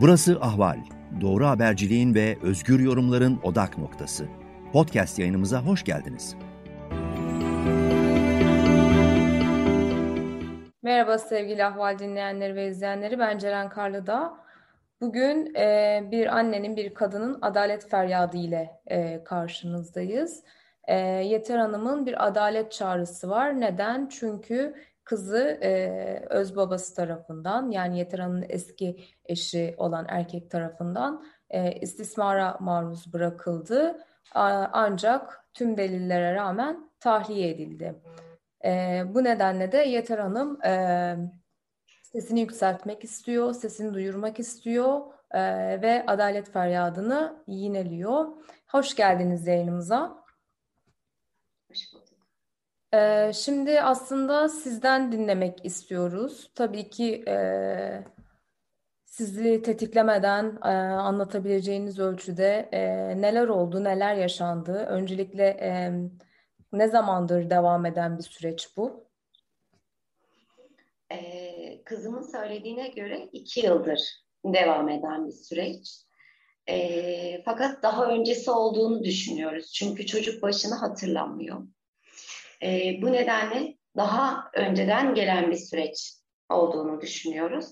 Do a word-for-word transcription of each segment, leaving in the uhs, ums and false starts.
Burası Ahval. Doğru haberciliğin ve özgür yorumların odak noktası. Podcast yayınımıza hoş geldiniz. Merhaba sevgili Ahval dinleyenleri ve izleyenleri. Ben Ceren Karlıdağ. Bugün e, bir annenin, bir kadının adalet feryadı ile e, karşınızdayız. E, Yeter Hanım'ın bir adalet çağrısı var. Neden? Çünkü kızı e, öz babası tarafından, yani Yeter Hanım'ın eski eşi olan erkek tarafından e, istismara maruz bırakıldı. A- ancak tüm delillere rağmen tahliye edildi. E, bu nedenle de Yeter Hanım e, sesini yükseltmek istiyor, sesini duyurmak istiyor e, ve adalet feryadını yineliyor. Hoş geldiniz yayınımıza. Hoş bulduk. E, şimdi aslında sizden dinlemek istiyoruz. Tabii ki e, sizi tetiklemeden e, anlatabileceğiniz ölçüde e, neler oldu, neler yaşandı. Öncelikle e, ne zamandır devam eden bir süreç bu? Ee, kızımın söylediğine göre iki yıldır devam eden bir süreç. Ee, fakat daha öncesi olduğunu düşünüyoruz. Çünkü çocuk başını hatırlamıyor. Ee, bu nedenle daha önceden gelen bir süreç olduğunu düşünüyoruz.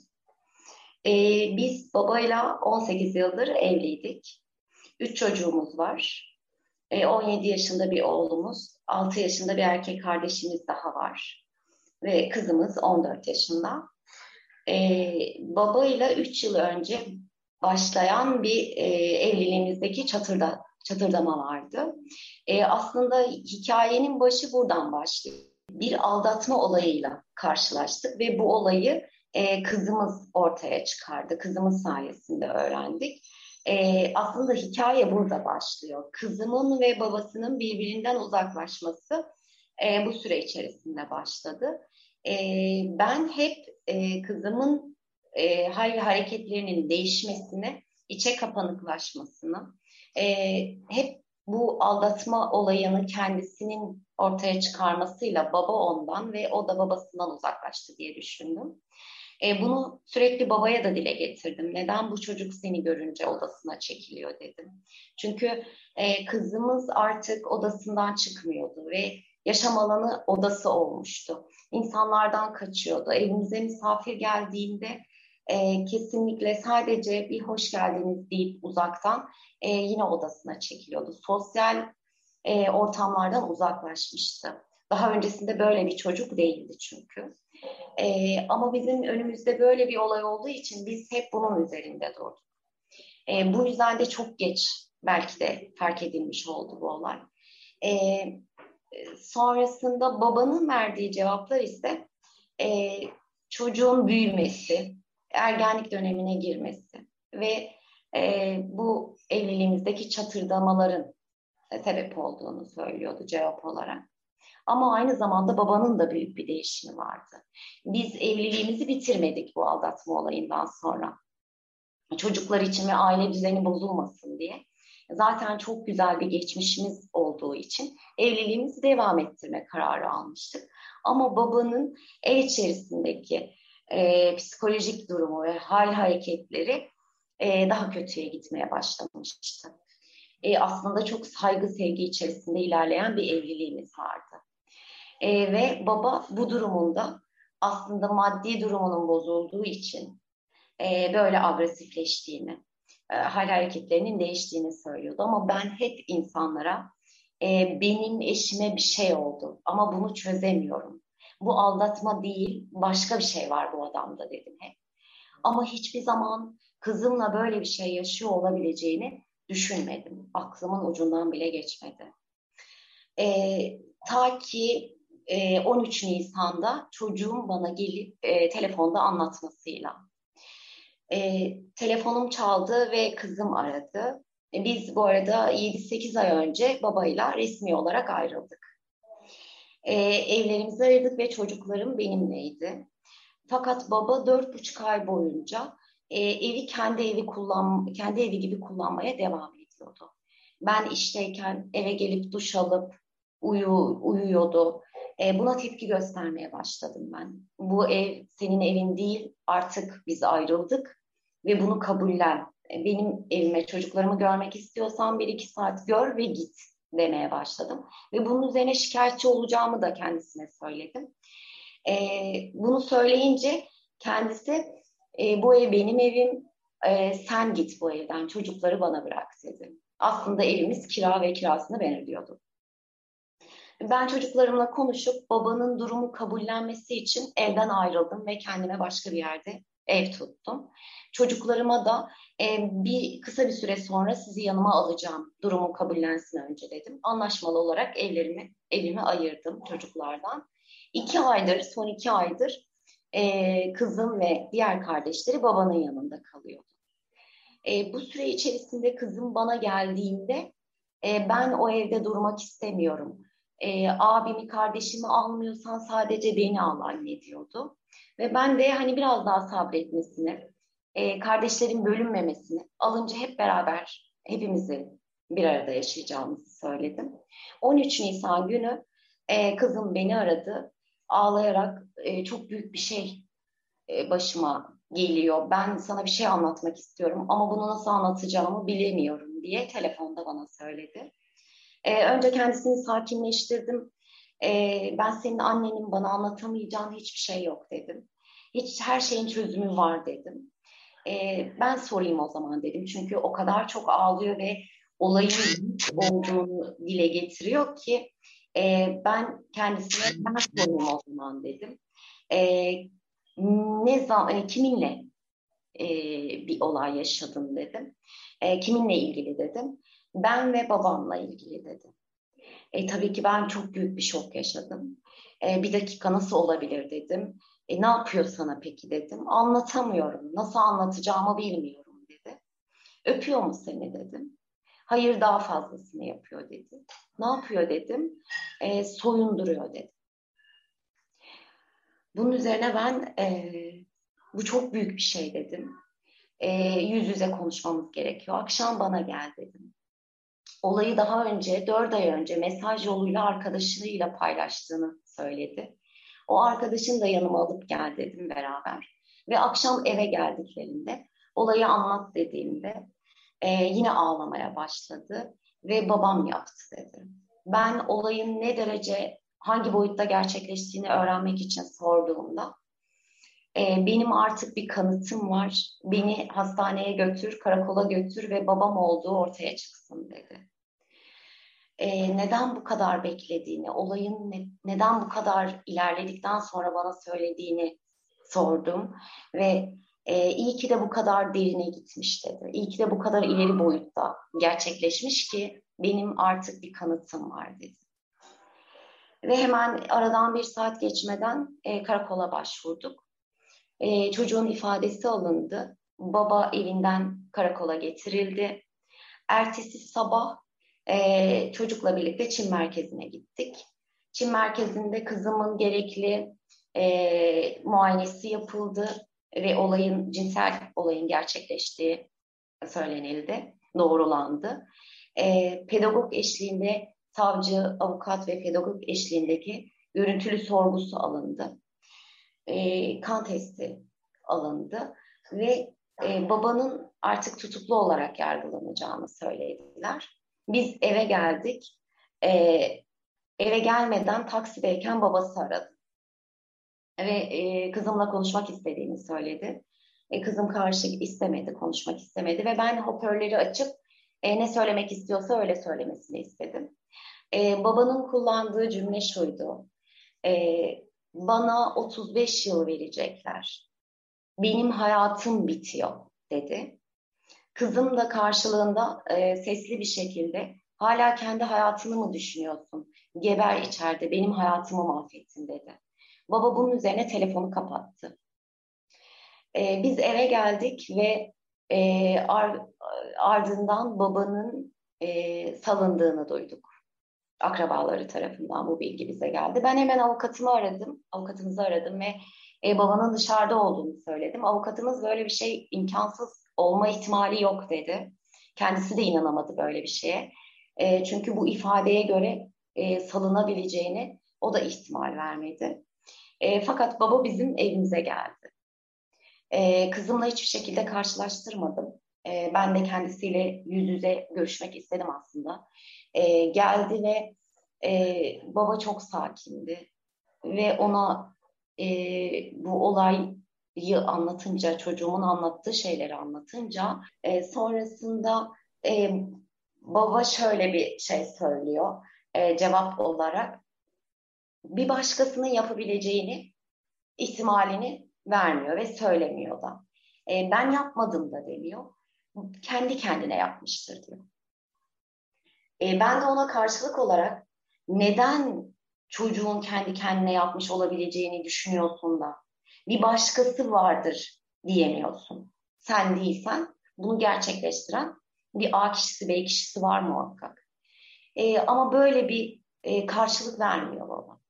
Ee, biz babayla on sekiz yıldır evliydik. Üç çocuğumuz var. Ee, on yedi yaşında bir oğlumuz, altı yaşında bir erkek kardeşimiz daha var. Ve kızımız on dört yaşında. Ee, babayla üç yıl önce başlayan bir e, evliliğimizdeki çatırda, çatırdama vardı. E, aslında hikayenin başı buradan başlıyor. Bir aldatma olayıyla karşılaştık ve bu olayı e, kızımız ortaya çıkardı. Kızımız sayesinde öğrendik. E, aslında hikaye burada başlıyor. Kızımın ve babasının birbirinden uzaklaşması e, bu süre içerisinde başladı. E, ben hep e, kızımın e, hal ve hareketlerinin değişmesini, içe kapanıklaşmasını, e, hep bu aldatma olayını kendisinin ortaya çıkarmasıyla baba ondan ve o da babasından uzaklaştı diye düşündüm. E, bunu sürekli babaya da dile getirdim. Neden bu çocuk seni görünce odasına çekiliyor dedim. Çünkü e, kızımız artık odasından çıkmıyordu ve yaşam alanı odası olmuştu. İnsanlardan kaçıyordu. Evimize misafir geldiğinde e, kesinlikle sadece bir hoş geldiniz deyip uzaktan e, yine odasına çekiliyordu. Sosyal e, ortamlardan uzaklaşmıştı. Daha öncesinde böyle bir çocuk değildi çünkü. E, ama bizim önümüzde böyle bir olay olduğu için biz hep bunun üzerinde durduk. E, bu yüzden de çok geç belki de fark edilmiş oldu bu olay. E, sonrasında babanın verdiği cevaplar ise e, çocuğun büyümesi, ergenlik dönemine girmesi ve e, bu evliliğimizdeki çatırdamaların sebep olduğunu söylüyordu cevap olarak. Ama aynı zamanda babanın da büyük bir değişimi vardı. Biz evliliğimizi bitirmedik bu aldatma olayından sonra. Çocuklar için ve aile düzeni bozulmasın diye. Zaten çok güzel bir geçmişimiz olduğu için evliliğimizi devam ettirme kararı almıştık. Ama babanın ev içerisindeki e, psikolojik durumu ve hal hareketleri e, daha kötüye gitmeye başlamıştı. E, aslında çok saygı sevgi içerisinde ilerleyen bir evliliğimiz vardı. E, ve baba bu durumunda aslında maddi durumunun bozulduğu için e, böyle agresifleştiğini, e, hal hareketlerinin değiştiğini söylüyordu. Ama ben hep insanlara e, benim eşime bir şey oldu ama bunu çözemiyorum. Bu aldatma değil, başka bir şey var bu adamda dedim hep. Ama hiçbir zaman kızımla böyle bir şey yaşıyor olabileceğini düşünmedim. Aklımın ucundan bile geçmedi. E, ta ki e, on üç Nisan'da çocuğum bana gelip e, telefonda anlatmasıyla. E, telefonum çaldı ve kızım aradı. E, biz bu arada yedi sekiz ay önce babayla resmi olarak ayrıldık. E, evlerimizi ayırdık ve çocuklarım benimleydi. Fakat baba dört buçuk ay boyunca e, evi kendi evi kullan, kendi evi gibi kullanmaya devam ediyordu. Ben işteyken eve gelip duş alıp uyu, uyuyordu. E, buna tepki göstermeye başladım ben. Bu ev senin evin değil, artık biz ayrıldık. ve bunu kabullen. Benim evime çocuklarımı görmek istiyorsan bir iki saat gör ve git demeye başladım. Ve bunun üzerine şikayetçi olacağımı da kendisine söyledim. E, bunu söyleyince kendisi e, bu ev benim evim, e, sen git bu evden, çocukları bana bırak dedi. Aslında evimiz kira ve kirasını ben ödüyordum. Ben çocuklarımla konuşup babanın durumu kabullenmesi için evden ayrıldım ve kendime başka bir yerde ev tuttum. Çocuklarıma da e, bir kısa bir süre sonra sizi yanıma alacağım, durumu kabullensin önce dedim. Anlaşmalı olarak evlerimi evimi ayırdım çocuklardan. İki aydır, son iki aydır e, kızım ve diğer kardeşleri babanın yanında kalıyordu. E, bu süre içerisinde kızım bana geldiğinde e, ben o evde durmak istemiyorum. E, abimi, kardeşimi almıyorsan sadece beni al anne diyordu. Ve ben de hani biraz daha sabretmesini, e, kardeşlerin bölünmemesini, alınca hep beraber hepimizin bir arada yaşayacağımızı söyledim. on üç Nisan günü e, kızım beni aradı. Ağlayarak e, çok büyük bir şey e, başıma geliyor. Ben sana bir şey anlatmak istiyorum ama bunu nasıl anlatacağımı bilemiyorum diye telefonda bana söyledi. Ee, önce kendisini sakinleştirdim. Ee, ben senin annenin, bana anlatamayacağın hiçbir şey yok dedim. Hiç her şeyin çözümü var dedim. Ee, ben sorayım o zaman dedim. Çünkü o kadar çok ağlıyor ve olayın olduğunu dile getiriyor ki e, ben kendisine ben sorayım o zaman dedim. E, ne zaman, e, kiminle e, bir olay yaşadın dedim. E, kiminle ilgili dedim. Ben ve babamla ilgili dedim. E, tabii ki ben çok büyük bir şok yaşadım. E, bir dakika nasıl olabilir dedim. E, ne yapıyor sana peki dedim. Anlatamıyorum. Nasıl anlatacağımı bilmiyorum dedi. Öpüyor mu seni dedim. Hayır daha fazlasını yapıyor dedi. Ne yapıyor dedim. E, soyunduruyor dedi. Bunun üzerine ben e, bu çok büyük bir şey dedim. E, yüz yüze konuşmamız gerekiyor. Akşam bana gel dedim. Olayı daha önce, dört ay önce mesaj yoluyla arkadaşıyla paylaştığını söyledi. O arkadaşını da yanıma alıp gel dedim beraber. Ve akşam eve geldiklerinde olayı anlat dediğimde e, yine ağlamaya başladı ve babam yaptı dedi. Ben olayın ne derece, hangi boyutta gerçekleştiğini öğrenmek için sorduğumda e, benim artık bir kanıtım var, beni hastaneye götür, karakola götür ve babam olduğu ortaya çıksın dedi. Ee, neden bu kadar beklediğini, olayın ne, neden bu kadar ilerledikten sonra bana söylediğini sordum. Ve e, iyi ki de bu kadar derine gitmiş dedi. İyi ki de bu kadar ileri boyutta gerçekleşmiş ki benim artık bir kanıtım var dedi. Ve hemen aradan bir saat geçmeden e, karakola başvurduk. E, çocuğun ifadesi alındı. Baba evinden karakola getirildi. Ertesi sabah Ee, çocukla birlikte Çin merkezine gittik. Çin merkezinde kızımın gerekli e, muayenesi yapıldı ve olayın cinsel olayın gerçekleştiği söylenildi, doğrulandı. E, pedagog eşliğinde savcı, avukat ve pedagog eşliğindeki görüntülü sorgusu alındı. E, kan testi alındı ve e, babanın artık tutuklu olarak yargılanacağını söylediler. Biz eve geldik. Ee, eve gelmeden taksideyken babası aradı. Ve e, kızımla konuşmak istediğini söyledi. E, kızım karşı istemedi, konuşmak istemedi. Ve ben hoparlörleri açıp e, ne söylemek istiyorsa öyle söylemesini istedim. E, babanın kullandığı cümle şuydu. E, bana otuz beş yıl verecekler. Benim hayatım bitiyor dedi. Kızım da karşılığında e, sesli bir şekilde hala kendi hayatını mı düşünüyorsun? Geber içeride, benim hayatımı mahvettin dedi. Baba bunun üzerine telefonu kapattı. E, biz eve geldik ve e, ar, ardından babanın e, salındığını duyduk. Akrabaları tarafından bu bilgi bize geldi. Ben hemen avukatımı aradım, avukatımızı aradım ve e, babanın dışarıda olduğunu söyledim. Avukatımız böyle bir şey imkansız olma ihtimali yok dedi. Kendisi de inanamadı böyle bir şeye. E, çünkü bu ifadeye göre e, salınabileceğini o da ihtimal vermedi. E, fakat baba bizim evimize geldi. E, kızımla hiçbir şekilde karşılaştırmadım. E, ben de kendisiyle yüz yüze görüşmek istedim aslında. E, geldi ve e, baba çok sakindi ve ona e, bu olayı anlatınca, çocuğumun anlattığı şeyleri anlatınca e, sonrasında e, baba şöyle bir şey söylüyor e, cevap olarak: bir başkasının yapabileceğini ihtimalini vermiyor ve söylemiyor da. E, ben yapmadım da demiyor. Kendi kendine yapmıştır diyor. E, ben de ona karşılık olarak neden çocuğun kendi kendine yapmış olabileceğini düşünüyorsun da bir başkası vardır diyemiyorsun. Sen değilsen bunu gerçekleştiren bir A kişisi, B kişisi var muhakkak. E, ama böyle bir e, karşılık vermiyor baba.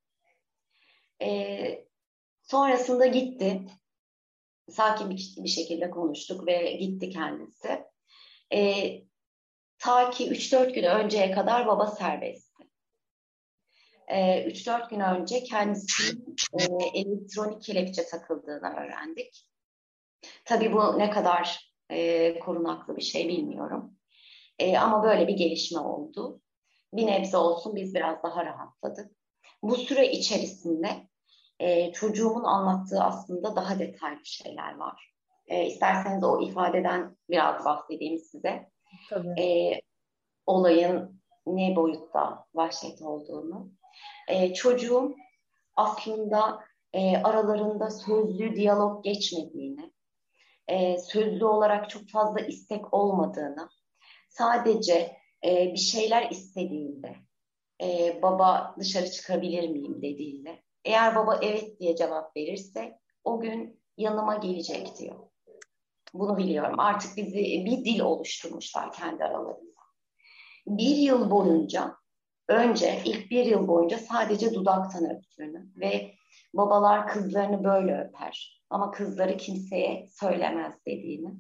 E, sonrasında gitti. Sakin bir, bir şekilde konuştuk ve gitti kendisi. E, ta ki üç dört gün önceye kadar baba serbestti. E, üç dört gün önce kendisinin e, elektronik kelepçe takıldığını öğrendik. Tabii bu ne kadar e, korunaklı bir şey bilmiyorum. E, ama böyle bir gelişme oldu. Bir nebze olsun biz biraz daha rahatladık. Bu süre içerisinde e, çocuğumun anlattığı aslında daha detaylı şeyler var. E, isterseniz o ifadeden biraz bahsedeyim size. Tabii. E, olayın ne boyutta vahşet olduğunu. E, çocuğum aslında e, aralarında sözlü diyalog geçmediğini, e, sözlü olarak çok fazla istek olmadığını, sadece e, bir şeyler istediğinde, e, baba dışarı çıkabilir miyim dediğinde, eğer baba evet diye cevap verirse o gün yanıma gelecek diyor. Bunu biliyorum. Artık bizi bir dil oluşturmuşlar kendi aralarında. Bir yıl boyunca, önce ilk bir yıl boyunca sadece dudaktan öptüğünü ve babalar kızlarını böyle öper ama kızları kimseye söylemez dediğini.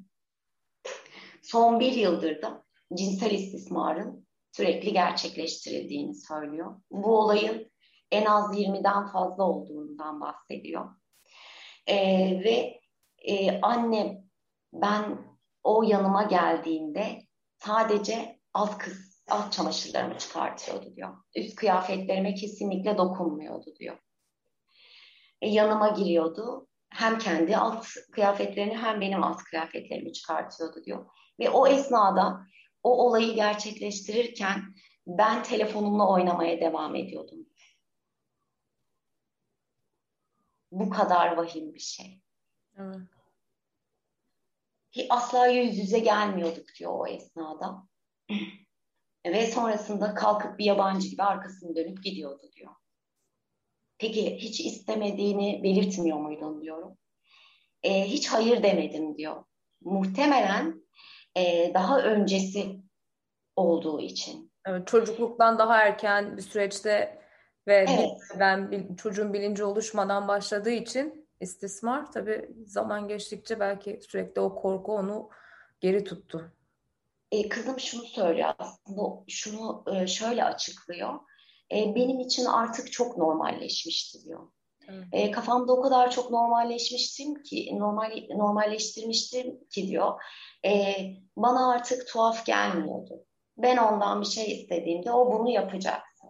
Son bir yıldır da cinsel istismarın sürekli gerçekleştirildiğini söylüyor. Bu olayın en az yirmiden fazla olduğundan bahsediyor. Ee, ve e, annem ben o yanıma geldiğinde sadece alt kız alt çamaşırlarımı çıkartıyordu diyor. Üst kıyafetlerime kesinlikle dokunmuyordu diyor. E, yanıma giriyordu. Hem kendi alt kıyafetlerini hem benim alt kıyafetlerimi çıkartıyordu diyor. Ve o esnada o olayı gerçekleştirirken ben telefonumla oynamaya devam ediyordum. Bu kadar vahim bir şey. Evet. Asla yüz yüze gelmiyorduk diyor o esnada. Ve sonrasında kalkıp bir yabancı gibi arkasını dönüp gidiyordu diyor. Peki hiç istemediğini belirtmiyor muydun diyorum. E, hiç hayır demedim diyor. Muhtemelen e, daha öncesi olduğu için. Evet, çocukluktan daha erken bir süreçte ve Evet, bilmeden, bil- çocuğun bilinci oluşmadan başladığı için istismar tabii zaman geçtikçe belki sürekli o korku onu geri tuttu. e, kızım şunu söylüyor aslında, şunu e, şöyle açıklıyor. E, benim için artık çok normalleşmişti diyor. Evet. E, kafamda o kadar çok normalleşmiştim ki, normal normalleştirmiştim ki diyor. E, bana artık tuhaf gelmiyordu. Ben ondan bir şey istediğimde o bunu yapacaktı.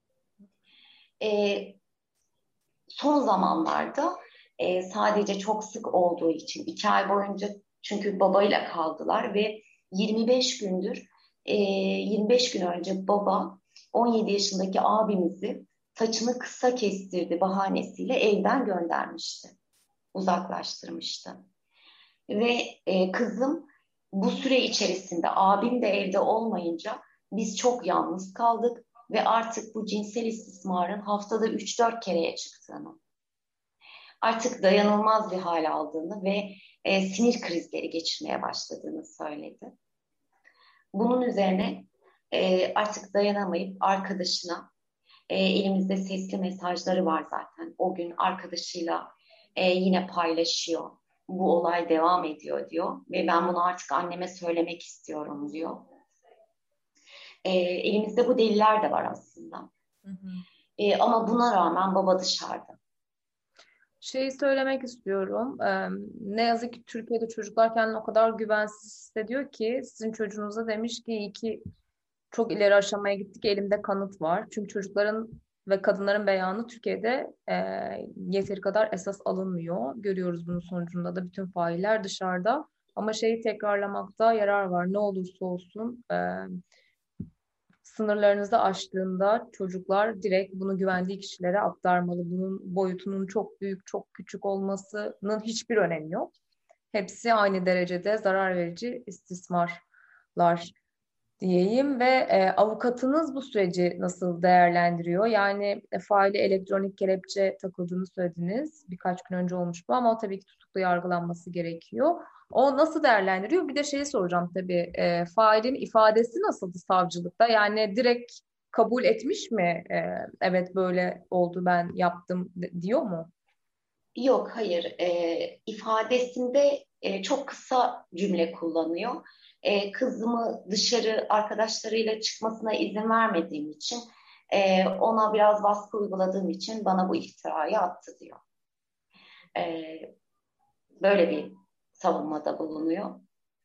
E, son zamanlarda e, sadece çok sık olduğu için iki ay boyunca çünkü babayla kaldılar ve yirmi beş gündür e, yirmi beş gün önce baba on yedi yaşındaki abimizi saçını kısa kestirdi bahanesiyle evden göndermişti. Uzaklaştırmıştı. Ve e, kızım bu süre içerisinde abim de evde olmayınca biz çok yalnız kaldık ve artık bu cinsel istismarın haftada üç dört kereye çıktığını, artık dayanılmaz bir hal aldığını ve e, sinir krizleri geçirmeye başladığını söyledi. Bunun üzerine e, artık dayanamayıp arkadaşına, e, elimizde sesli mesajları var zaten. O gün arkadaşıyla e, yine paylaşıyor. Bu olay devam ediyor diyor ve ben bunu artık anneme söylemek istiyorum diyor. E, elimizde bu deliller de var aslında. Hı hı. E, ama buna rağmen baba dışarıda. Şeyi söylemek istiyorum. Eee, ne yazık ki Türkiye'de çocuklar kendini o kadar güvensiz hissediyor ki sizin çocuğunuza demiş ki iyi ki çok ileri aşamaya gittik, elimde kanıt var. Çünkü çocukların ve kadınların beyanı Türkiye'de eee, yeteri kadar esas alınmıyor. Görüyoruz bunun sonucunda da bütün failler dışarıda. Ama şeyi tekrarlamakta yarar var. Ne olursa olsun eee, sınırlarınızı aştığında çocuklar direkt bunu güvendiği kişilere aktarmalı. Bunun boyutunun çok büyük, çok küçük olmasının hiçbir önemi yok. Hepsi aynı derecede zarar verici istismarlar diyeyim ve e, avukatınız bu süreci nasıl değerlendiriyor? Yani e, faili elektronik kelepçe takıldığını söylediniz. Birkaç gün önce olmuş bu ama o tabii ki tutuklu yargılanması gerekiyor. O nasıl değerlendiriyor? Bir de şeyi soracağım tabii. E, failin ifadesi nasıldı savcılıkta? Yani direkt kabul etmiş mi? E, evet böyle oldu ben yaptım de- diyor mu? Yok, hayır. E, ifadesinde e, çok kısa cümle kullanıyor. E, kızımı dışarı arkadaşlarıyla çıkmasına izin vermediğim için, e, ona biraz baskı uyguladığım için bana bu iftirayı attı diyor. E, Böyle bir savunmada bulunuyor.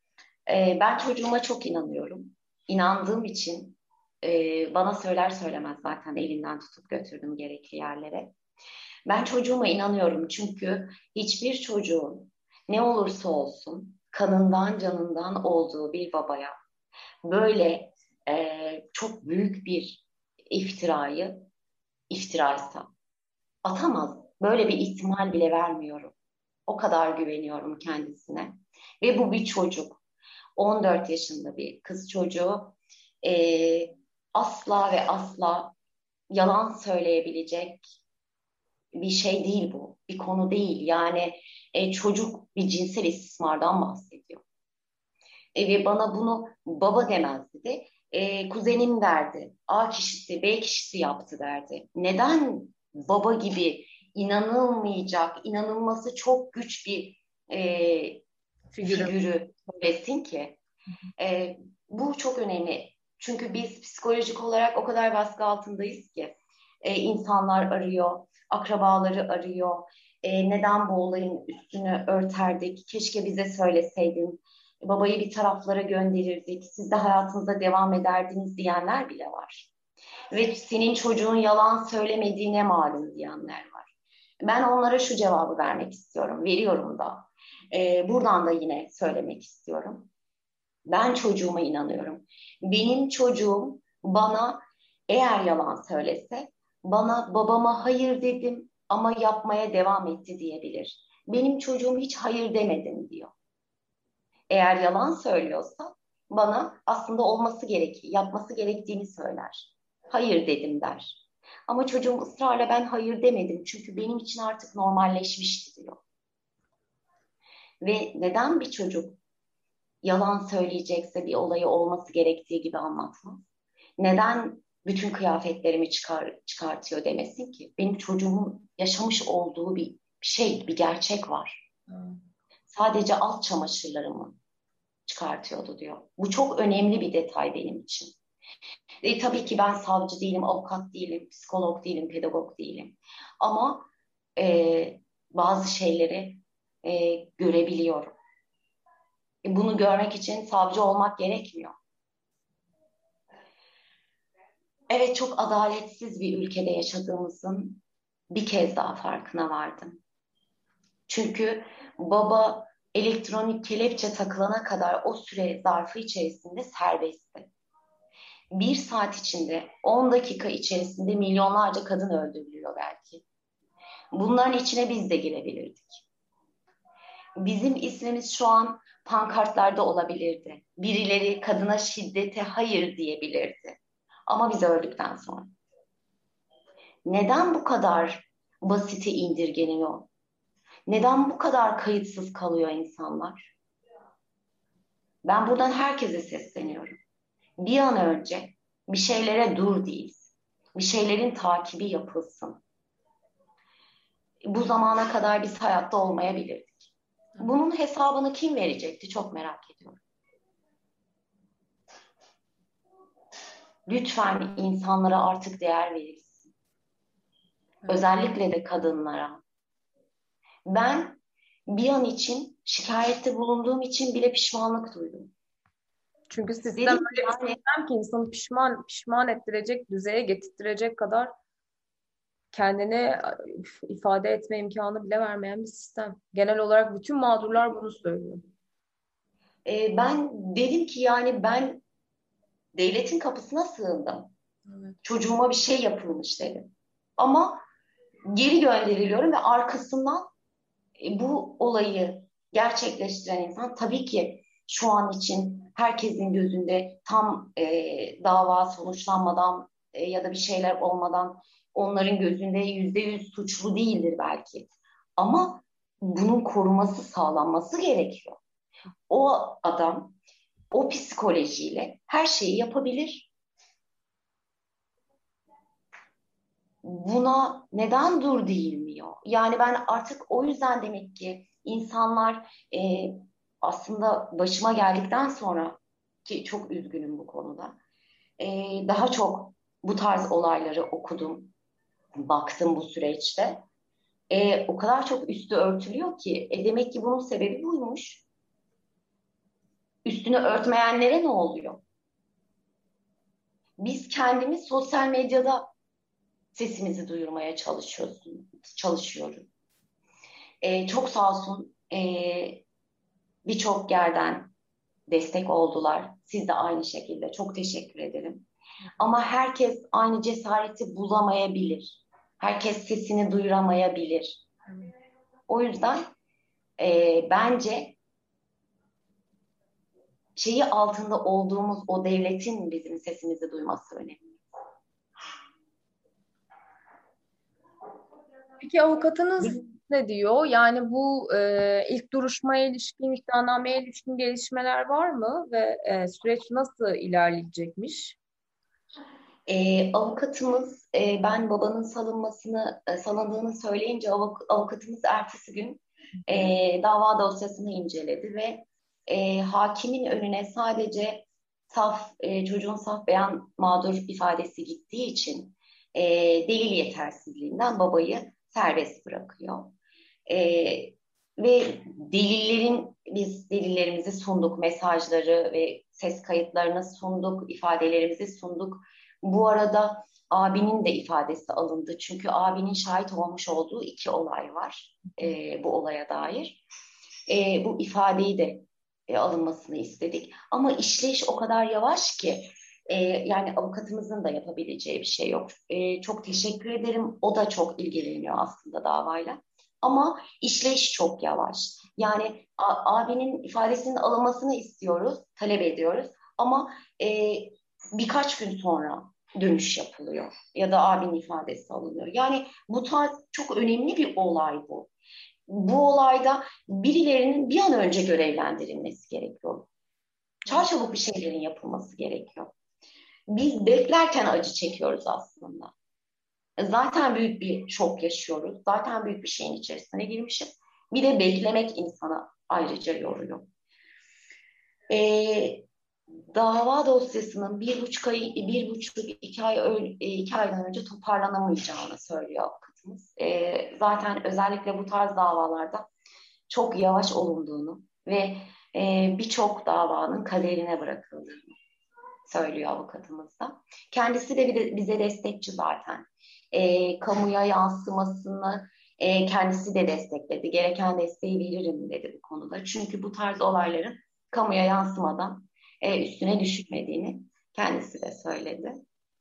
E, ben çocuğuma çok inanıyorum. İnandığım için e, bana söyler söylemez zaten elinden tutup götürdüm gerekli yerlere. Ben çocuğuma inanıyorum çünkü hiçbir çocuğun ne olursa olsun kanından canından olduğu bir babaya böyle e, çok büyük bir iftirayı iftiraysa atamaz. Böyle bir ihtimal bile vermiyorum. O kadar güveniyorum kendisine. Ve bu bir çocuk. on dört yaşında bir kız çocuğu. E, Asla ve asla yalan söyleyebilecek bir şey değil bu. Bir konu değil. Yani e, çocuk bir cinsel istismardan bahsediyor. E, ve bana bunu baba demez dedi. E, kuzenim derdi. A kişisi, B kişisi yaptı derdi. Neden baba gibi inanılmayacak, inanılması çok güç bir e, Figürü. figürü söylesin ki? E, Bu çok önemli. Çünkü biz psikolojik olarak o kadar baskı altındayız ki. E, insanlar arıyor, akrabaları arıyor. E, neden bu olayın üstünü örterdik? Keşke bize söyleseydin. Babayı bir taraflara gönderirdik. Siz de hayatınıza devam ederdiniz diyenler bile var. Ve senin çocuğun yalan söylemediğine malum diyenler var. Ben onlara şu cevabı vermek istiyorum. Veriyorum da. E, buradan da yine söylemek istiyorum. Ben çocuğuma inanıyorum. Benim çocuğum bana eğer yalan söylese, bana babama hayır dedim ama yapmaya devam etti diyebilir. Benim çocuğum hiç hayır demedim diyor. Eğer yalan söylüyorsa bana aslında olması gerekir, yapması gerektiğini söyler. Hayır dedim der. Ama çocuğum ısrarla ben hayır demedim çünkü benim için artık normalleşmişti diyor. Ve neden bir çocuk yalan söyleyecekse bir olayı olması gerektiği gibi anlatmaz? Neden bütün kıyafetlerimi çıkar, çıkartıyor demesin ki? Benim çocuğumun yaşamış olduğu bir şey, bir gerçek var. Hmm. Sadece alt çamaşırlarımı çıkartıyordu diyor. Bu çok önemli bir detay benim için. E, tabii ki ben savcı değilim, avukat değilim, psikolog değilim, pedagog değilim. Ama e, bazı şeyleri e, görebiliyorum. E, bunu görmek için savcı olmak gerekmiyor. Evet, çok adaletsiz bir ülkede yaşadığımızın bir kez daha farkına vardım. Çünkü baba elektronik kelepçe takılana kadar o süre zarfı içerisinde serbestti. Bir saat içinde, on dakika içerisinde milyonlarca kadın öldürülüyor belki. Bunların içine biz de girebilirdik. Bizim ismimiz şu an pankartlarda olabilirdi. Birileri kadına şiddete hayır diyebilirdi. Ama biz öldükten sonra. Neden bu kadar basite indirgeniyor? Neden bu kadar kayıtsız kalıyor insanlar? Ben buradan herkese sesleniyorum. Bir an önce bir şeylere dur değiliz. Bir şeylerin takibi yapılsın. Bu zamana kadar biz hayatta olmayabilirdik. Bunun hesabını kim verecekti çok merak ediyorum. Lütfen insanlara artık değer verilsin. Özellikle de kadınlara. Ben bir an için şikayette bulunduğum için bile pişmanlık duydum. Çünkü sistem Dedim ki öyle bir yani sistem ki insanı pişman pişman ettirecek düzeye getirtirecek kadar kendini ifade etme imkanı bile vermeyen bir sistem. Genel olarak bütün mağdurlar bunu söylüyor. e, ben dedim ki yani ben devletin kapısına sığındım. Evet. Çocuğuma bir şey yapılmış dedim. Ama geri gönderiliyorum ve arkasından e, bu olayı gerçekleştiren insan tabii ki şu an için herkesin gözünde tam e, dava sonuçlanmadan e, ya da bir şeyler olmadan onların gözünde yüzde yüz suçlu değildir belki. Ama bunun koruması sağlanması gerekiyor. O adam o psikolojiyle her şeyi yapabilir. Buna neden dur değilmiyor? Yani ben artık o yüzden demek ki insanlar e, aslında başıma geldikten sonra ki çok üzgünüm bu konuda. E, Daha çok bu tarz olayları okudum, baktım bu süreçte. E, o kadar çok üstü örtülüyor ki e, demek ki bunun sebebi buymuş. Üstünü örtmeyenlere ne oluyor? Biz kendimiz sosyal medyada sesimizi duyurmaya çalışıyoruz. çalışıyoruz. E, çok sağ olsun e, birçok yerden destek oldular. Siz de aynı şekilde çok teşekkür ederim. Ama herkes aynı cesareti bulamayabilir. Herkes sesini duyuramayabilir. O yüzden e, bence şeyi altında olduğumuz o devletin bizim sesimizi duyması önemli. Peki avukatınız ne diyor? Yani bu e, ilk duruşmaya ilişkin, iddianameye ilişkin gelişmeler var mı? Ve e, süreç nasıl ilerleyecekmiş? E, avukatımız e, ben babanın salınmasını e, salındığını söyleyince avuk, avukatımız ertesi gün e, dava dosyasını inceledi ve e, hakimin önüne sadece saf e, çocuğun saf beyan mağdur ifadesi gittiği için e, delil yetersizliğinden babayı serbest bırakıyor. E, Ve delillerin biz delillerimizi sunduk, mesajları ve ses kayıtlarını sunduk, ifadelerimizi sunduk. Bu arada abinin de ifadesi alındı. Çünkü abinin şahit olmuş olduğu iki olay var e, bu olaya dair. E, bu ifadeyi de e, alınmasını istedik. Ama işleyiş o kadar yavaş ki e, yani avukatımızın da yapabileceği bir şey yok. E, çok teşekkür ederim. O da çok ilgileniyor aslında davayla. Ama işleyiş çok yavaş. Yani a, abinin ifadesinin alınmasını istiyoruz, talep ediyoruz. Ama e, birkaç gün sonra dönüş yapılıyor ya da abinin ifadesi alınıyor. Yani bu tarz çok önemli bir olay bu. Bu olayda birilerinin bir an önce görevlendirilmesi gerekiyor. Çarçabuk bir şeylerin yapılması gerekiyor. Biz beklerken acı çekiyoruz aslında. Zaten büyük bir şok yaşıyoruz. Zaten büyük bir şeyin içerisine girmişiz. Bir de beklemek insana ayrıca yoruyor. Ee, Dava dosyasının bir buçuk ay, bir buçuk iki ay iki aydan önce toparlanamayacağını söylüyor avukatımız. Ee, zaten özellikle bu tarz davalarda çok yavaş olunduğunu ve e, birçok davanın kaderine bırakıldığını söylüyor avukatımız da. Kendisi de, bir de bize destekçi zaten. E, kamuya yansımasını e, kendisi de destekledi. Gereken desteği veririm dedi bu konuda. Çünkü bu tarz olayların kamuya yansımadan e, üstüne düşülmediğini kendisi de söyledi.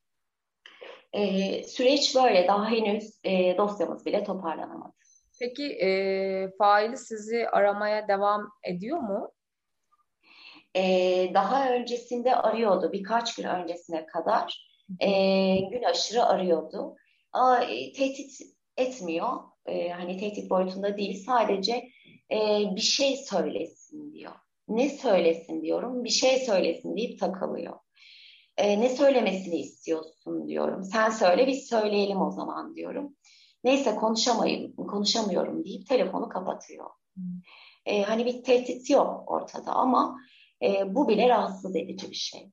E, süreç böyle. Daha henüz e, dosyamız bile toparlanamadı. Peki e, faili sizi aramaya devam ediyor mu? Ee, daha öncesinde arıyordu. Birkaç gün öncesine kadar e, gün aşırı arıyordu. Ama e, tehdit etmiyor. E, hani tehdit boyutunda değil. Sadece e, bir şey söylesin diyor. Ne söylesin diyorum. Bir şey söylesin deyip takılıyor. E, ne söylemesini istiyorsun diyorum. Sen söyle biz söyleyelim o zaman diyorum. Neyse konuşamayım, konuşamıyorum deyip telefonu kapatıyor. E, hani bir tehdit yok ortada ama e, bu bile rahatsız edici bir şey.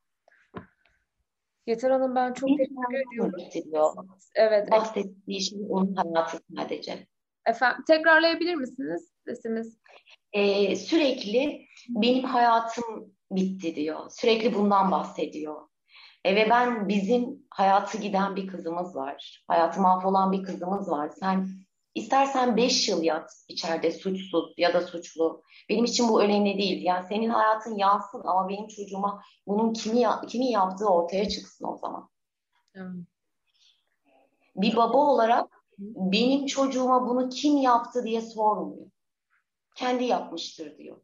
Yeter Hanım ben çok teşekkür ediyorum. Bahsediyor. Evet, Bahsettiği şey onun hayatı sadece. Efendim, tekrarlayabilir misiniz sesimiz? Ee, sürekli benim hayatım bitti diyor. Sürekli bundan bahsediyor. E, ve ben bizim hayatı giden bir kızımız var. Hayatı mahvolan bir kızımız var. Sen istersen beş yıl yat içeride suçsuz ya da suçlu. Benim için bu önemli değil. Yani senin hayatın yansın ama benim çocuğuma bunun kimi ya- kimin yaptığı ortaya çıksın o zaman. Evet. Bir baba olarak benim çocuğuma bunu kim yaptı diye sormuyor. Kendi yapmıştır diyor.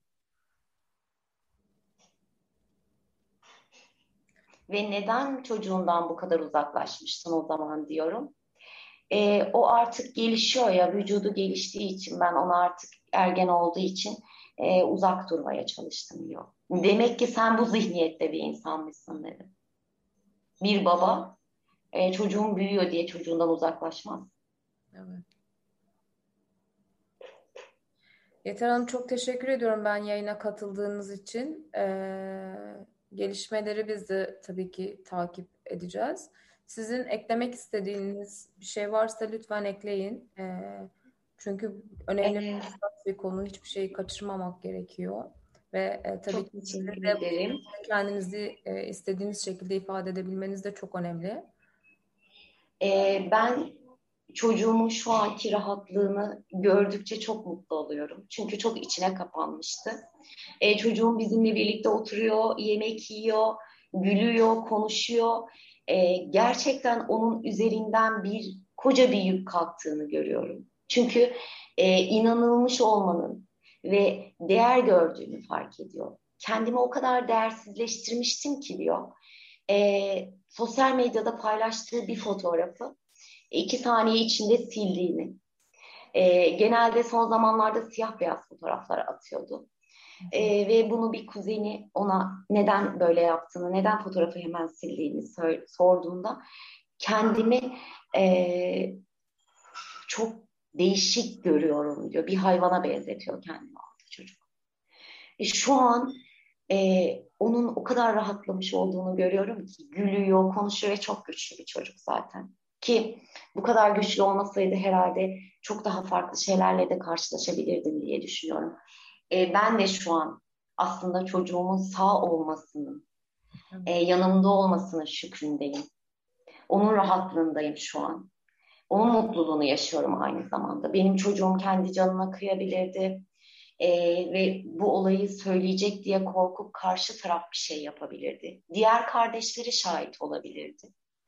Ve neden çocuğundan bu kadar uzaklaşmışsın o zaman diyorum. E, o artık gelişiyor ya, vücudu geliştiği için, ben ona artık ergen olduğu için e, uzak durmaya çalıştım diyor. Demek ki sen bu zihniyette bir insanmışsın dedim. Bir baba e, çocuğun büyüyor diye çocuğundan uzaklaşmaz. Evet. Yeter Hanım, çok teşekkür ediyorum ben yayına katıldığınız için. Ee, gelişmeleri biz de tabii ki takip edeceğiz. Sizin eklemek istediğiniz bir şey varsa lütfen ekleyin. Ee, çünkü önemli E, bir konu, hiçbir şeyi kaçırmamak gerekiyor. Ve e, tabii çok ki sizin teşekkür de ederim. kendinizi e, istediğiniz şekilde ifade edebilmeniz de çok önemli. E, ben çocuğumun şu anki rahatlığını gördükçe çok mutlu oluyorum. Çünkü çok içine kapanmıştı. E, çocuğum bizimle birlikte oturuyor, yemek yiyor, gülüyor, konuşuyor. E, gerçekten onun üzerinden bir koca bir yük kalktığını görüyorum. Çünkü e, inanılmış olmanın ve değer gördüğünü fark ediyor. Kendimi o kadar değersizleştirmiştim ki diyor. E, sosyal medyada paylaştığı bir fotoğrafı iki saniye içinde sildiğini, e, genelde son zamanlarda siyah beyaz fotoğraflar atıyordu. Ee, ve bunu bir kuzeni ona neden böyle yaptığını, neden fotoğrafı hemen sildiğini sorduğunda kendimi e, çok değişik görüyorum diyor. Bir hayvana benzetiyor kendini çocuk. E, şu an e, onun o kadar rahatlamış olduğunu görüyorum ki gülüyor, konuşuyor ve çok güçlü bir çocuk zaten. Ki bu kadar güçlü olmasaydı herhalde çok daha farklı şeylerle de karşılaşabilirdim diye düşünüyorum. E, ben de şu an aslında çocuğumun sağ olmasının, e, yanımda olmasının şükründeyim. Onun rahatlığındayım şu an. Onun mutluluğunu yaşıyorum aynı zamanda. Benim çocuğum kendi canına kıyabilirdi. E, ve bu olayı söyleyecek diye korkup karşı taraf bir şey yapabilirdi. Diğer kardeşleri şahit olabilirdi.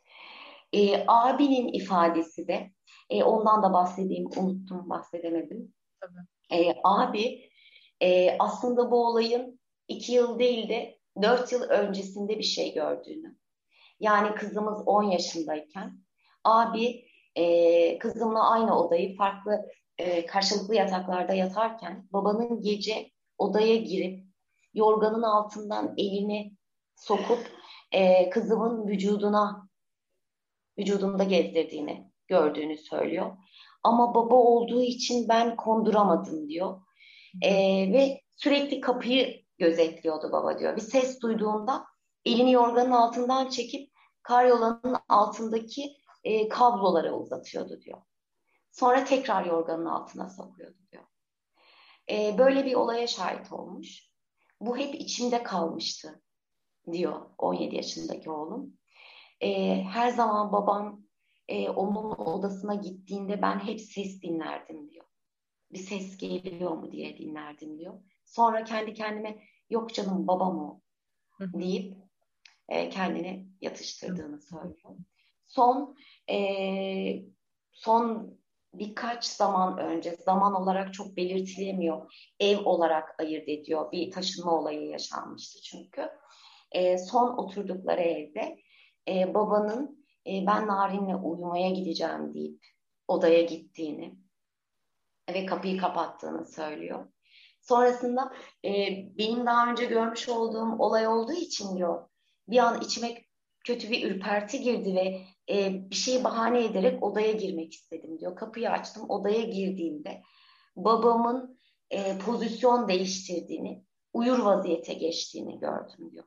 E, abinin ifadesi de, e, ondan da bahsedeyim, unuttum, bahsedemedim. Tabii. E, abi e, aslında bu olayın iki yıl değil de dört yıl öncesinde bir şey gördüğünü. Yani kızımız on yaşındayken abi e, kızımla aynı odayı farklı e, karşılıklı yataklarda yatarken babanın gece odaya girip yorganın altından elini sokup e, kızımın vücuduna vücudunda gezdirdiğini gördüğünü söylüyor. Ama baba olduğu için ben konduramadım diyor. Ee, ve sürekli kapıyı gözetliyordu baba diyor. Bir ses duyduğunda elini yorganın altından çekip karyolanın altındaki e, kablolara uzatıyordu diyor. Sonra tekrar yorganın altına sokuyordu diyor. Ee, böyle bir olaya şahit olmuş. Bu hep içimde kalmıştı diyor on yedi yaşındaki oğlum. Ee, her zaman babam e, onun odasına gittiğinde ben hep ses dinlerdim diyor. Bir ses geliyor mu diye dinlerdim diyor. Sonra kendi kendime yok canım babam o deyip e, kendini yatıştırdığını söylüyor. Son e, son birkaç zaman önce, zaman olarak çok belirtilemiyor, ev olarak ayırt ediyor. Bir taşınma olayı yaşanmıştı çünkü. E, son oturdukları evde e, babanın e, ben Narin'le uyumaya gideceğim deyip odaya gittiğini ve kapıyı kapattığını söylüyor. Sonrasında e, benim daha önce görmüş olduğum olay olduğu için diyor, bir an içime kötü bir ürperti girdi ve e, bir şeyi bahane ederek odaya girmek istedim diyor. Kapıyı açtım, odaya girdiğimde babamın e, pozisyon değiştirdiğini, uyur vaziyete geçtiğini gördüm diyor.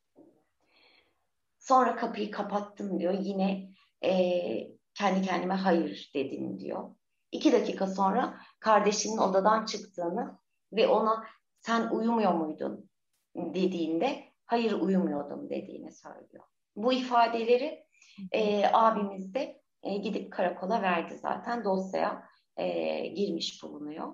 Sonra kapıyı kapattım diyor. Yine e, kendi kendime hayır dedim diyor. İki dakika sonra kardeşinin odadan çıktığını ve ona sen uyumuyor muydun dediğinde hayır uyumuyordum dediğini söylüyor. Bu ifadeleri e, abimiz de e, gidip karakola verdi zaten. Dosyaya e, girmiş bulunuyor.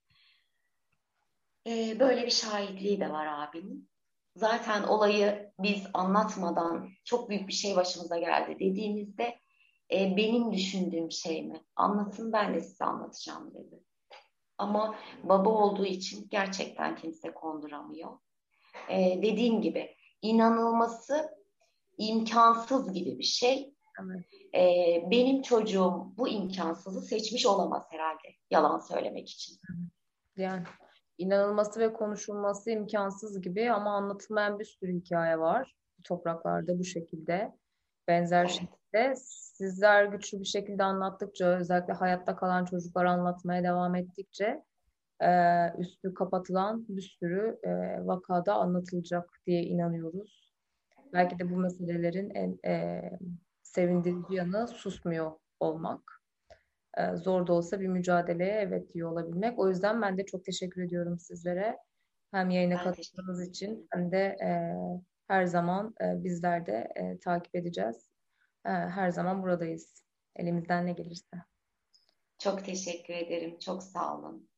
E, böyle bir şahitliği de var abinin. Zaten olayı biz anlatmadan çok büyük bir şey başımıza geldi dediğimizde e, benim düşündüğüm şey mi? Anlatın ben de size anlatacağım dedi. Ama baba olduğu için gerçekten kimse konduramıyor. E, dediğim gibi inanılması imkansız gibi bir şey. Evet. E, benim çocuğum bu imkansızı seçmiş olamaz herhalde yalan söylemek için. Yani inanılması ve konuşulması imkansız gibi ama anlatılmayan bir sürü hikaye var. Bu topraklarda bu şekilde. Benzer Evet. şekilde sizler güçlü bir şekilde anlattıkça, özellikle hayatta kalan çocuklar anlatmaya devam ettikçe e, üstü kapatılan bir sürü e, vakada anlatılacak diye inanıyoruz. Belki de bu meselelerin en e, sevindirici yanı susmuyor olmak. E, zor da olsa bir mücadeleye evet diyor olabilmek. O yüzden ben de çok teşekkür ediyorum sizlere. Hem yayına Ben teşekkür katıldığınız için ederim. hem de e, her zaman e, bizler de e, takip edeceğiz. E, her zaman buradayız. Elimizden ne gelirse. Çok teşekkür ederim. Çok sağ olun.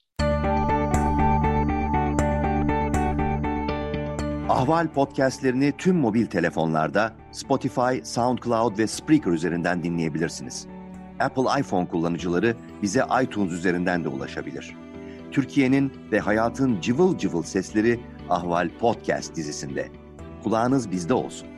Ahval podcastlerini tüm mobil telefonlarda Spotify, SoundCloud ve Spreaker üzerinden dinleyebilirsiniz. Apple iPhone kullanıcıları bize iTunes üzerinden de ulaşabilir. Türkiye'nin ve hayatın cıvıl cıvıl sesleri Ahval Podcast dizisinde. Kulağınız bizde olsun.